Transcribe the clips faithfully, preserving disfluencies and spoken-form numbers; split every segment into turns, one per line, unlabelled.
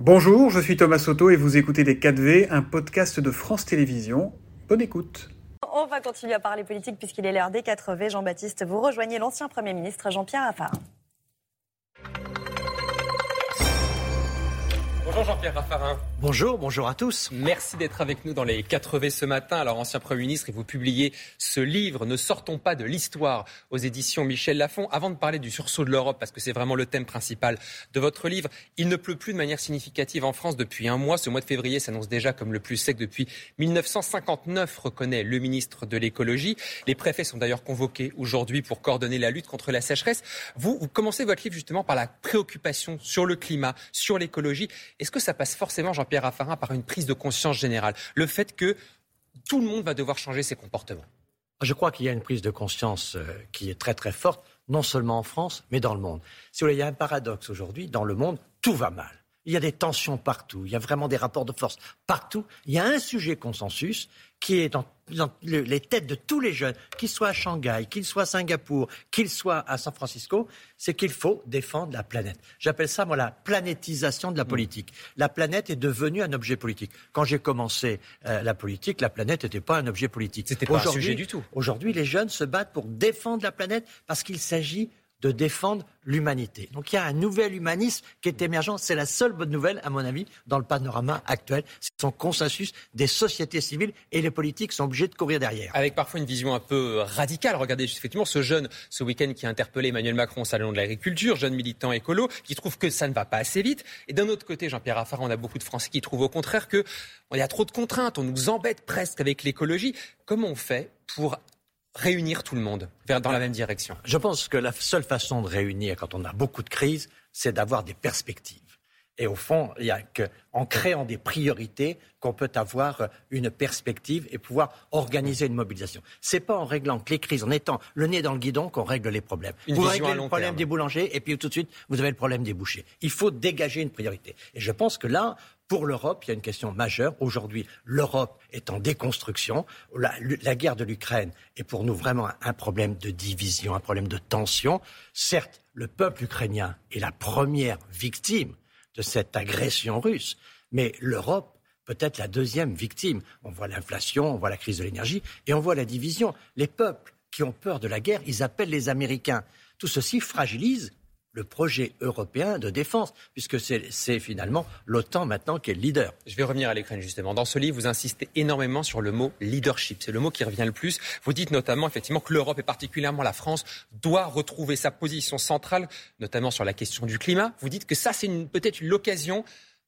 Bonjour, je suis Thomas Soto et vous écoutez Les quatre V, un podcast de France Télévisions. Bonne écoute.
On va continuer à parler politique puisqu'il est l'heure des quatre V. Jean-Baptiste, vous rejoignez l'ancien Premier ministre Jean-Pierre Raffarin.
Bonjour Jean-Pierre Raffarin.
Bonjour, bonjour à tous.
Merci d'être avec nous dans les quatre V ce matin. Alors, ancien Premier ministre, et vous publiez ce livre « Ne sortons pas de l'histoire » aux éditions Michel Lafon. Avant de parler du sursaut de l'Europe, parce que c'est vraiment le thème principal de votre livre, il ne pleut plus de manière significative en France depuis un mois. Ce mois de février s'annonce déjà comme le plus sec depuis dix-neuf cent cinquante-neuf, reconnaît le ministre de l'écologie. Les préfets sont d'ailleurs convoqués aujourd'hui pour coordonner la lutte contre la sécheresse. Vous, vous commencez votre livre justement par la préoccupation sur le climat, sur l'écologie. Est-ce que ça passe forcément, Jean-Pierre Raffarin, par une prise de conscience générale, le fait que tout le monde va devoir changer ses comportements?
Je crois qu'il y a une prise de conscience euh, qui est très très forte, non seulement en France, mais dans le monde. Si vous voulez, il y a un paradoxe aujourd'hui, dans le monde, tout va mal. Il y a des tensions partout, il y a vraiment des rapports de force partout. Il y a un sujet consensus qui est dans, dans le, les têtes de tous les jeunes, qu'ils soient à Shanghai, qu'ils soient à Singapour, qu'ils soient à San Francisco, c'est qu'il faut défendre la planète. J'appelle ça, moi, la planétisation de la politique. Mmh. La planète est devenue un objet politique. Quand j'ai commencé euh, la politique, la planète n'était pas un objet politique.
C'était pas aujourd'hui, un sujet du tout.
Aujourd'hui, les jeunes se battent pour défendre la planète parce qu'il s'agit de défendre l'humanité. Donc il y a un nouvel humanisme qui est émergent. C'est la seule bonne nouvelle, à mon avis, dans le panorama actuel. C'est son consensus des sociétés civiles et les politiques sont obligés de courir derrière.
Avec parfois une vision un peu radicale. Regardez effectivement ce jeune, ce week-end, qui a interpellé Emmanuel Macron au Salon de l'Agriculture, jeune militant écolo, qui trouve que ça ne va pas assez vite. Et d'un autre côté, Jean-Pierre Raffarin, on a beaucoup de Français qui trouvent au contraire qu'il y a trop de contraintes, on nous embête presque avec l'écologie. Comment on fait pour réunir tout le monde vers, dans la même direction?
Je pense que la seule façon de réunir quand on a beaucoup de crises, c'est d'avoir des perspectives. Et au fond, il n'y a qu'en créant des priorités qu'on peut avoir une perspective et pouvoir organiser une mobilisation. C'est pas en réglant que les crises, en étant le nez dans le guidon, qu'on règle les problèmes.
Une
vous
vision
réglez
à long
le problème
terme.
des boulangers et puis tout de suite, vous avez le problème des bouchers. Il faut dégager une priorité. Et je pense que là, pour l'Europe, il y a une question majeure. Aujourd'hui, l'Europe est en déconstruction. La, la guerre de l'Ukraine est pour nous vraiment un, un problème de division, un problème de tension. Certes, le peuple ukrainien est la première victime de cette agression russe, mais l'Europe peut être la deuxième victime. On voit l'inflation, on voit la crise de l'énergie et on voit la division. Les peuples qui ont peur de la guerre, ils appellent les Américains. Tout ceci fragilise le projet européen de défense, puisque c'est, c'est finalement l'OTAN maintenant qui est le leader.
Je vais revenir à l'Ukraine justement. Dans ce livre, vous insistez énormément sur le mot leadership. C'est le mot qui revient le plus. Vous dites notamment effectivement que l'Europe et particulièrement la France doit retrouver sa position centrale, notamment sur la question du climat. Vous dites que ça, c'est une, peut-être l'occasion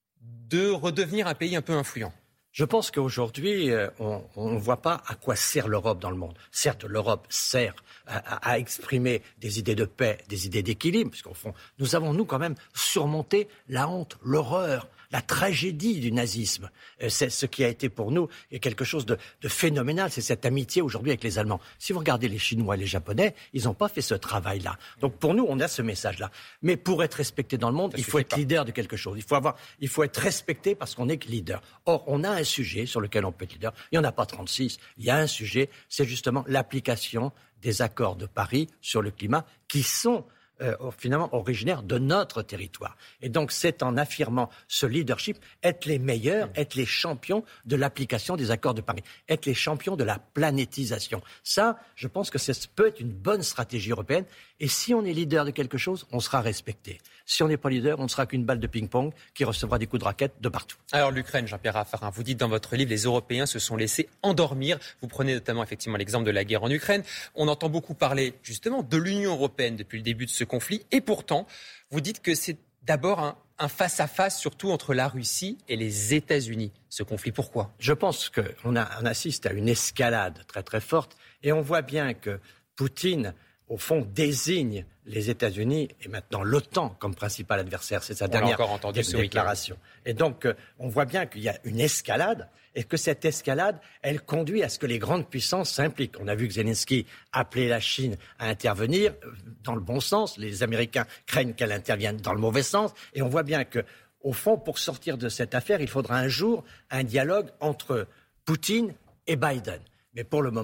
de redevenir un pays un peu influent.
Je pense qu'aujourd'hui, on ne voit pas à quoi sert l'Europe dans le monde. Certes, l'Europe sert à, à, à exprimer des idées de paix, des idées d'équilibre, puisqu'au fond, nous avons, nous, quand même, surmonté la honte, l'horreur, la tragédie du nazisme. C'est ce qui a été pour nous quelque chose de, de phénoménal. C'est cette amitié aujourd'hui avec les Allemands. Si vous regardez les Chinois et les Japonais, ils n'ont pas fait ce travail-là. Donc pour nous, on a ce message-là. Mais pour être respecté dans le monde, ça il faut être pas. leader de quelque chose. Il faut, avoir, il faut être respecté parce qu'on est leader. Or, on a un sujet sur lequel on peut être leader. Il n'y en a pas trente-six. Il y a un sujet, c'est justement l'application des accords de Paris sur le climat qui sont Euh, finalement originaire de notre territoire. Et donc c'est en affirmant ce leadership, être les meilleurs, être les champions de l'application des accords de Paris, être les champions de la planétisation. Ça, je pense que ça peut être une bonne stratégie européenne. Et si on est leader de quelque chose, on sera respecté. Si on n'est pas leader, on ne sera qu'une balle de ping-pong qui recevra des coups de raquette de partout.
Alors l'Ukraine, Jean-Pierre Raffarin, vous dites dans votre livre, les Européens se sont laissés endormir. Vous prenez notamment effectivement l'exemple de la guerre en Ukraine. On entend beaucoup parler justement de l'Union européenne depuis le début de ce conflit. Et pourtant, vous dites que c'est d'abord un, un face-à-face, surtout entre la Russie et les États-Unis, ce conflit. Pourquoi ?
Je pense qu'on a, on assiste à une escalade très très forte. Et on voit bien que Poutine, au fond, désigne les États-Unis et maintenant l'OTAN comme principal adversaire. C'est sa on dernière encore entendu dé- déclaration. Et donc, euh, on voit bien qu'il y a une escalade et que cette escalade, elle conduit à ce que les grandes puissances s'impliquent. On a vu que Zelensky appelait la Chine à intervenir dans le bon sens. Les Américains craignent qu'elle intervienne dans le mauvais sens. Et on voit bien que, au fond, pour sortir de cette affaire, il faudra un jour un dialogue entre Poutine et Biden. Mais pour le moment,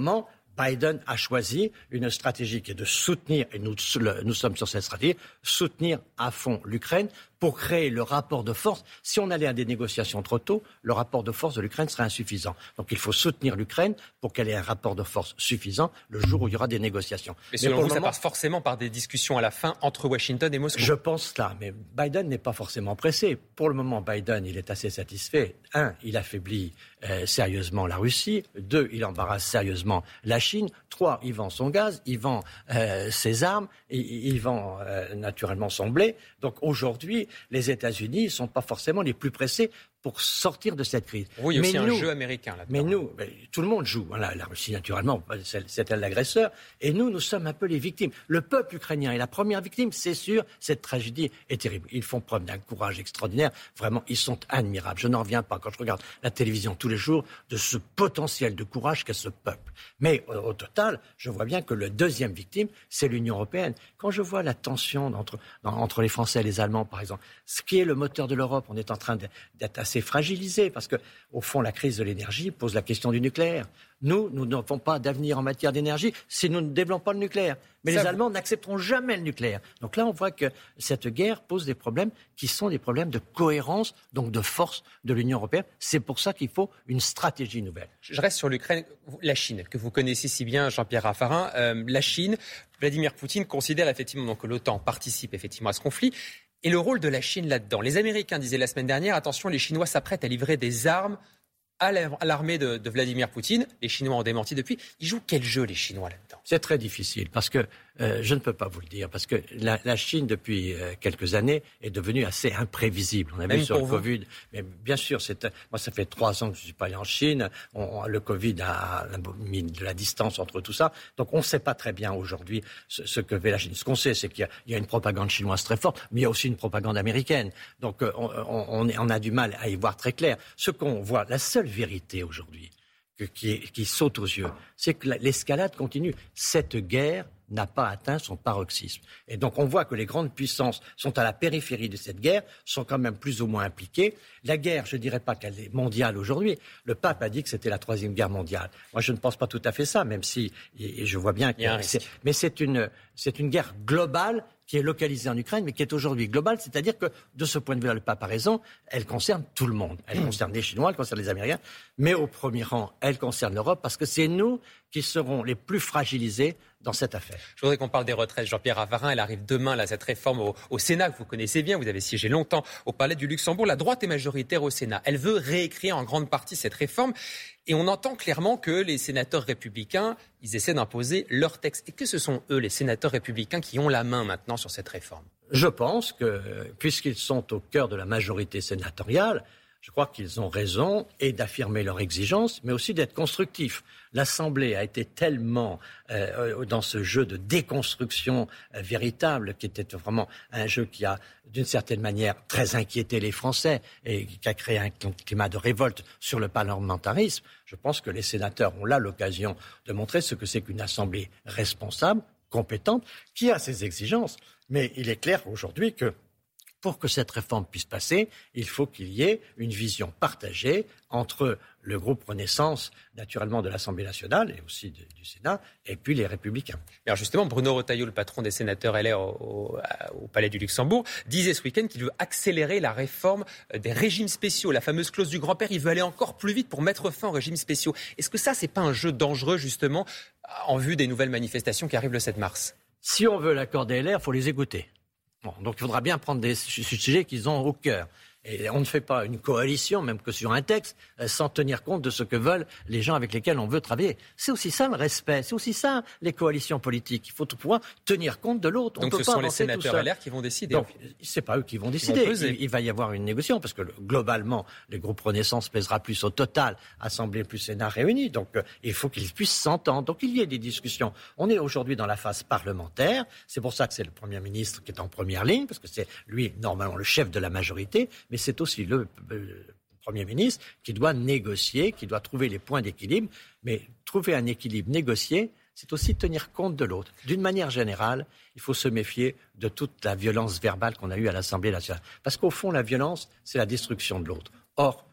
Biden a choisi une stratégie qui est de soutenir, et nous, nous sommes sur cette stratégie, soutenir à fond l'Ukraine pour créer le rapport de force. Si on allait à des négociations trop tôt, le rapport de force de l'Ukraine serait insuffisant. Donc il faut soutenir l'Ukraine pour qu'elle ait un rapport de force suffisant le jour où il y aura des négociations.
Mais selon vous, moment, ça passe forcément par des discussions à la fin entre Washington et Moscou.
Je pense là, mais Biden n'est pas forcément pressé. Pour le moment, Biden, il est assez satisfait. Un, il affaiblit euh, sérieusement la Russie. Deux, il embarrasse sérieusement la Chine. Trois, il vend son gaz, il vend euh, ses armes, il, il vend euh, naturellement son blé. Donc aujourd'hui, les États-Unis ne sont pas forcément les plus pressés pour sortir de cette crise.
Oui, il y a aussi
mais nous,
un jeu américain là-dedans.
Mais nous, mais tout le monde joue. Voilà, la Russie, naturellement, c'est, c'est elle l'agresseur. Et nous, nous sommes un peu les victimes. Le peuple ukrainien est la première victime, c'est sûr. Cette tragédie est terrible. Ils font preuve d'un courage extraordinaire. Vraiment, ils sont admirables. Je n'en reviens pas, quand je regarde la télévision tous les jours, de ce potentiel de courage qu'a ce peuple. Mais au, au total, je vois bien que le deuxième victime, c'est l'Union européenne. Quand je vois la tension entre, dans, entre les Français et les Allemands, par exemple, ce qui est le moteur de l'Europe, on est en train d'être assez fragilisé parce que, au fond, la crise de l'énergie pose la question du nucléaire. Nous, nous n'avons pas d'avenir en matière d'énergie si nous ne développons pas le nucléaire. Mais Ça les Allemands vous... n'accepteront jamais le nucléaire. Donc là, on voit que cette guerre pose des problèmes qui sont des problèmes de cohérence, donc de force de l'Union européenne. C'est pour ça qu'il faut une stratégie nouvelle.
Je reste sur l'Ukraine. La Chine, que vous connaissez si bien, Jean-Pierre Raffarin. Euh, la Chine, Vladimir Poutine considère effectivement donc, que l'OTAN participe effectivement à ce conflit. Et le rôle de la Chine là-dedans. Les Américains disaient la semaine dernière, attention, les Chinois s'apprêtent à livrer des armes à l'armée de, de Vladimir Poutine. Les Chinois ont démenti depuis. Ils jouent quel jeu, les Chinois, là-dedans ?
C'est très difficile parce que euh, je ne peux pas vous le dire parce que la, la Chine depuis euh, quelques années est devenue assez imprévisible. On a
Même
vu sur le
vous.
Covid, mais bien sûr, c'est, moi ça fait trois ans que je ne suis pas allé en Chine. On, on, le Covid a, a mis de la distance entre tout ça, donc on ne sait pas très bien aujourd'hui ce, ce que fait la Chine. Ce qu'on sait, c'est qu'il y a, il y a une propagande chinoise très forte, mais il y a aussi une propagande américaine. Donc euh, on, on, on a du mal à y voir très clair. Ce qu'on voit, la seule vérité aujourd'hui Qui, qui saute aux yeux, c'est que l'escalade continue. Cette guerre n'a pas atteint son paroxysme. Et donc on voit que les grandes puissances sont à la périphérie de cette guerre, sont quand même plus ou moins impliquées. La guerre, je ne dirais pas qu'elle est mondiale aujourd'hui. Le pape a dit que c'était la troisième guerre mondiale. Moi, je ne pense pas tout à fait ça, même si, et je vois bien que c'est, mais c'est une, c'est une guerre globale qui est localisée en Ukraine, mais qui est aujourd'hui globale, c'est-à-dire que, de ce point de vue-là, le pape a raison, elle concerne tout le monde. Elle concerne les Chinois, elle concerne les Américains, mais au premier rang, elle concerne l'Europe, parce que c'est nous qui serons les plus fragilisés dans cette affaire.
Je voudrais qu'on parle des retraites. Jean-Pierre Raffarin, elle arrive demain, là, cette réforme au, au Sénat, que vous connaissez bien, vous avez siégé longtemps au Palais du Luxembourg. La droite est majoritaire au Sénat. Elle veut réécrire en grande partie cette réforme. Et on entend clairement que les sénateurs républicains, ils essaient d'imposer leur texte. Et que ce sont eux, les sénateurs républicains, qui ont la main maintenant sur cette réforme ?
Je pense que, puisqu'ils sont au cœur de la majorité sénatoriale, je crois qu'ils ont raison et d'affirmer leurs exigences, mais aussi d'être constructifs. L'Assemblée a été tellement euh, dans ce jeu de déconstruction euh, véritable, qui était vraiment un jeu qui a, d'une certaine manière, très inquiété les Français et qui a créé un climat de révolte sur le parlementarisme. Je pense que les sénateurs ont là l'occasion de montrer ce que c'est qu'une Assemblée responsable, compétente, qui a ses exigences. Mais il est clair aujourd'hui que pour que cette réforme puisse passer, il faut qu'il y ait une vision partagée entre le groupe Renaissance, naturellement de l'Assemblée nationale et aussi de, du Sénat, et puis les Républicains.
Alors justement, Bruno Retailleau, le patron des sénateurs L R au, au, au Palais du Luxembourg, disait ce week-end qu'il veut accélérer la réforme des régimes spéciaux, la fameuse clause du grand-père. Il veut aller encore plus vite pour mettre fin aux régimes spéciaux. Est-ce que ça, c'est pas un jeu dangereux, justement, en vue des nouvelles manifestations qui arrivent le sept mars ?
Si on veut l'accord des L R, il faut les écouter. Bon, donc il faudra bien prendre des sujets qu'ils ont au cœur. Et on ne fait pas une coalition, même que sur un texte, sans tenir compte de ce que veulent les gens avec lesquels on veut travailler. C'est aussi ça le respect, c'est aussi ça les coalitions politiques. Il faut tout pouvoir tenir compte de l'autre.
Donc
on peut
ce
pas
sont les sénateurs L R qui vont décider.
Donc c'est pas eux qui vont décider.
Vont
il, il va y avoir une négociation parce que globalement, le groupe Renaissance pèsera plus au total, Assemblée plus Sénat réunis. Donc euh, il faut qu'ils puissent s'entendre. Donc il y ait des discussions. On est aujourd'hui dans la phase parlementaire. C'est pour ça que c'est le Premier ministre qui est en première ligne parce que c'est lui normalement le chef de la majorité. Mais c'est aussi le, le Premier ministre qui doit négocier, qui doit trouver les points d'équilibre. Mais trouver un équilibre négocié, c'est aussi tenir compte de l'autre. D'une manière générale, il faut se méfier de toute la violence verbale qu'on a eue à l'Assemblée nationale. Parce qu'au fond, la violence, c'est la destruction de l'autre. Or,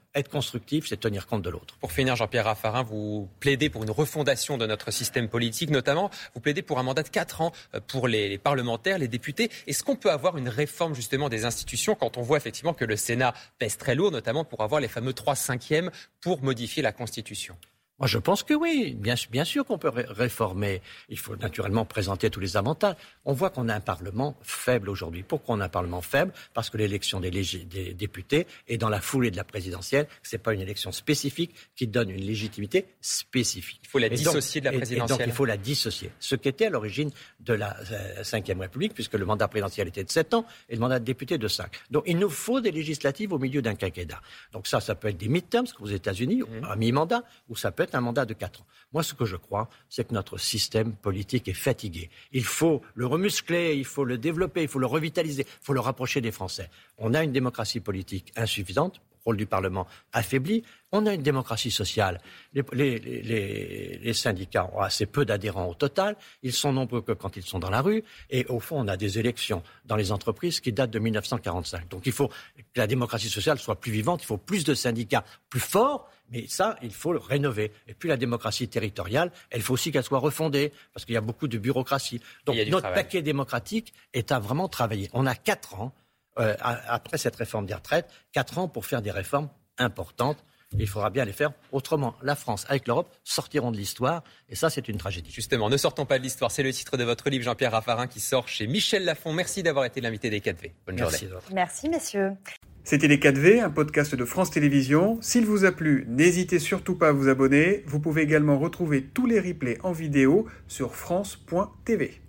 être constructif, c'est tenir compte de l'autre.
Pour finir, Jean-Pierre Raffarin, vous plaidez pour une refondation de notre système politique, notamment vous plaidez pour un mandat de quatre ans pour les, les parlementaires, les députés. Est-ce qu'on peut avoir une réforme justement des institutions quand on voit effectivement que le Sénat pèse très lourd, notamment pour avoir les fameux trois cinquièmes pour modifier la Constitution ?
Moi, je pense que oui. Bien, bien sûr qu'on peut ré- réformer. Il faut naturellement présenter tous les avantages. On voit qu'on a un Parlement faible aujourd'hui. Pourquoi on a un Parlement faible ? Parce que l'élection des, lég- des députés est dans la foulée de la présidentielle. C'est pas une élection spécifique qui donne une légitimité spécifique.
Il faut la
et
dissocier
donc,
de la présidentielle.
Et donc, il faut la dissocier. Ce qui était à l'origine de la euh, cinquième République, puisque le mandat présidentiel était de sept ans et le mandat de député de cinq. Donc, il nous faut des législatives au milieu d'un quinquennat. Donc ça, ça peut être des midterms, comme aux États-Unis, mmh. à mi-mandat, ou ça peut être un mandat de quatre ans. Moi, ce que je crois, c'est que notre système politique est fatigué. Il faut le remuscler, il faut le développer, il faut le revitaliser, il faut le rapprocher des Français. On a une démocratie politique insuffisante, rôle du Parlement affaibli. On a une démocratie sociale. Les, les, les, les syndicats ont assez peu d'adhérents au total. Ils sont nombreux que quand ils sont dans la rue. Et au fond, on a des élections dans les entreprises qui datent de dix-neuf cent quarante-cinq. Donc il faut que la démocratie sociale soit plus vivante. Il faut plus de syndicats plus forts. Mais ça, il faut le rénover. Et puis la démocratie territoriale, il faut aussi qu'elle soit refondée, parce qu'il y a beaucoup de bureaucratie. Donc notre travail. Paquet démocratique est à vraiment travailler. On a quatre ans, euh, après cette réforme des retraites, quatre ans pour faire des réformes importantes. Il faudra bien les faire. Autrement, la France, avec l'Europe, sortiront de l'histoire. Et ça, c'est une tragédie.
Justement, ne sortons pas de l'histoire. C'est le titre de votre livre, Jean-Pierre Raffarin, qui sort chez Michel Lafon. Merci d'avoir été l'invité des quatre V. Bonne
Merci
journée.
Merci, messieurs.
C'était Les quatre V, un podcast de France Télévisions. S'il vous a plu, n'hésitez surtout pas à vous abonner. Vous pouvez également retrouver tous les replays en vidéo sur France point T V.